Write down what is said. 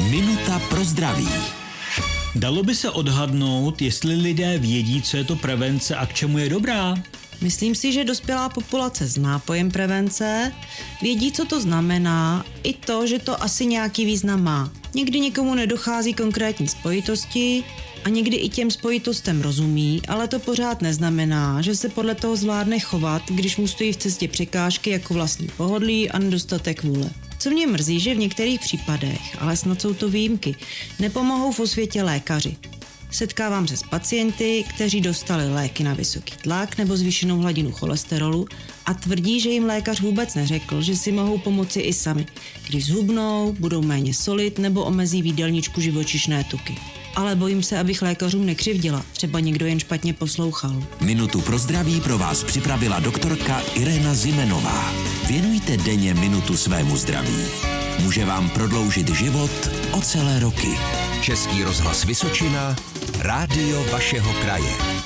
Minuta pro zdraví. Dalo by se odhadnout, jestli lidé vědí, co je to prevence a k čemu je dobrá? Myslím si, že dospělá populace zná pojem prevence, vědí, co to znamená, i to, že to asi nějaký význam má. Někdy někomu nedochází konkrétní spojitosti a někdy i těm spojitostem rozumí, ale to pořád neznamená, že se podle toho zvládne chovat, když mu stojí v cestě překážky jako vlastní pohodlí a nedostatek vůle. Co mě mrzí, že v některých případech, ale snad jsou to výjimky, nepomohou v osvětě lékaři. Setkávám se s pacienty, kteří dostali léky na vysoký tlak nebo zvýšenou hladinu cholesterolu a tvrdí, že jim lékař vůbec neřekl, že si mohou pomoci i sami, když zhubnou, budou méně solit nebo omezí v jídelníčku živočišné tuky. Ale bojím se, abych lékařům nekřivdila, třeba někdo jen špatně poslouchal. Minutu pro zdraví pro vás připravila doktorka Irena Zimenová. Věnujte denně minutu svému zdraví. Může vám prodloužit život o celé roky. Český rozhlas Vysočina, rádio vašeho kraje.